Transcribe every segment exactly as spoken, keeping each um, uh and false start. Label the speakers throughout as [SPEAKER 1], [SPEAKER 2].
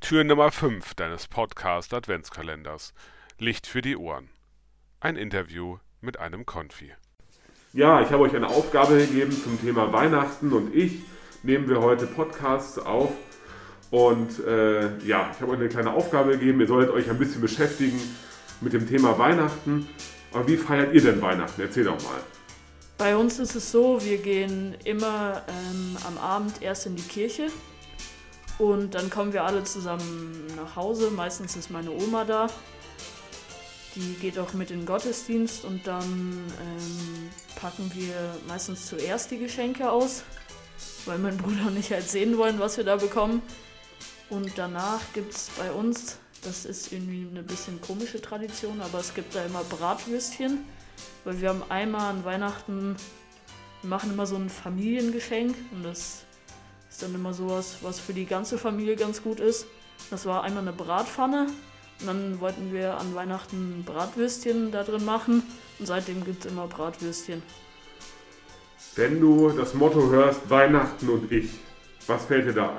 [SPEAKER 1] Tür Nummer fünf deines Podcast-Adventskalenders. Licht für die Ohren. Ein Interview mit einem Konfi.
[SPEAKER 2] Ja, ich habe euch eine Aufgabe gegeben zum Thema Weihnachten und ich nehmen wir heute Podcasts auf. Und äh, ja, ich habe euch eine kleine Aufgabe gegeben. Ihr solltet euch ein bisschen beschäftigen mit dem Thema Weihnachten. Aber wie feiert ihr denn Weihnachten? Erzähl doch mal.
[SPEAKER 3] Bei uns ist es so, wir gehen immer ähm, am Abend erst in die Kirche und dann kommen wir alle zusammen nach Hause. Meistens ist meine Oma da, die geht auch mit in den Gottesdienst und dann ähm, packen wir meistens zuerst die Geschenke aus, weil mein Bruder und ich halt sehen wollen, was wir da bekommen. Und danach gibt es bei uns, das ist irgendwie eine bisschen komische Tradition, aber es gibt da immer Bratwürstchen. Weil wir haben einmal an Weihnachten, wir machen immer so ein Familiengeschenk und das ist dann immer sowas, was für die ganze Familie ganz gut ist. Das war einmal eine Bratpfanne und dann wollten wir an Weihnachten Bratwürstchen da drin machen und seitdem gibt es immer Bratwürstchen.
[SPEAKER 2] Wenn du das Motto hörst, Weihnachten und ich, was fällt dir da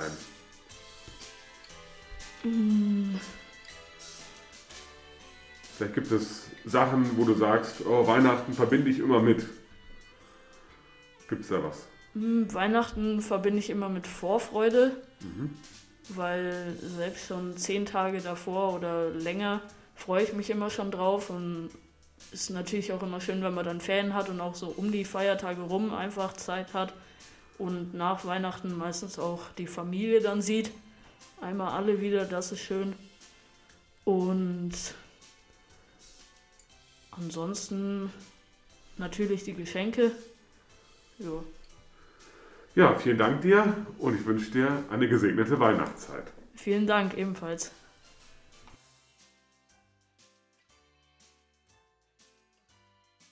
[SPEAKER 2] ein?
[SPEAKER 3] Mm.
[SPEAKER 2] Vielleicht gibt es Sachen, wo du sagst, oh, Weihnachten verbinde ich immer mit. Gibt es da was?
[SPEAKER 3] Weihnachten verbinde ich immer mit Vorfreude,
[SPEAKER 2] Mhm.
[SPEAKER 3] weil selbst schon zehn Tage davor oder länger freue ich mich immer schon drauf und ist natürlich auch immer schön, wenn man dann Ferien hat und auch so um die Feiertage rum einfach Zeit hat und nach Weihnachten meistens auch die Familie dann sieht. Einmal alle wieder, das ist schön. Und ansonsten natürlich die Geschenke. Jo.
[SPEAKER 2] Ja, vielen Dank dir und ich wünsche dir eine gesegnete Weihnachtszeit.
[SPEAKER 3] Vielen Dank ebenfalls.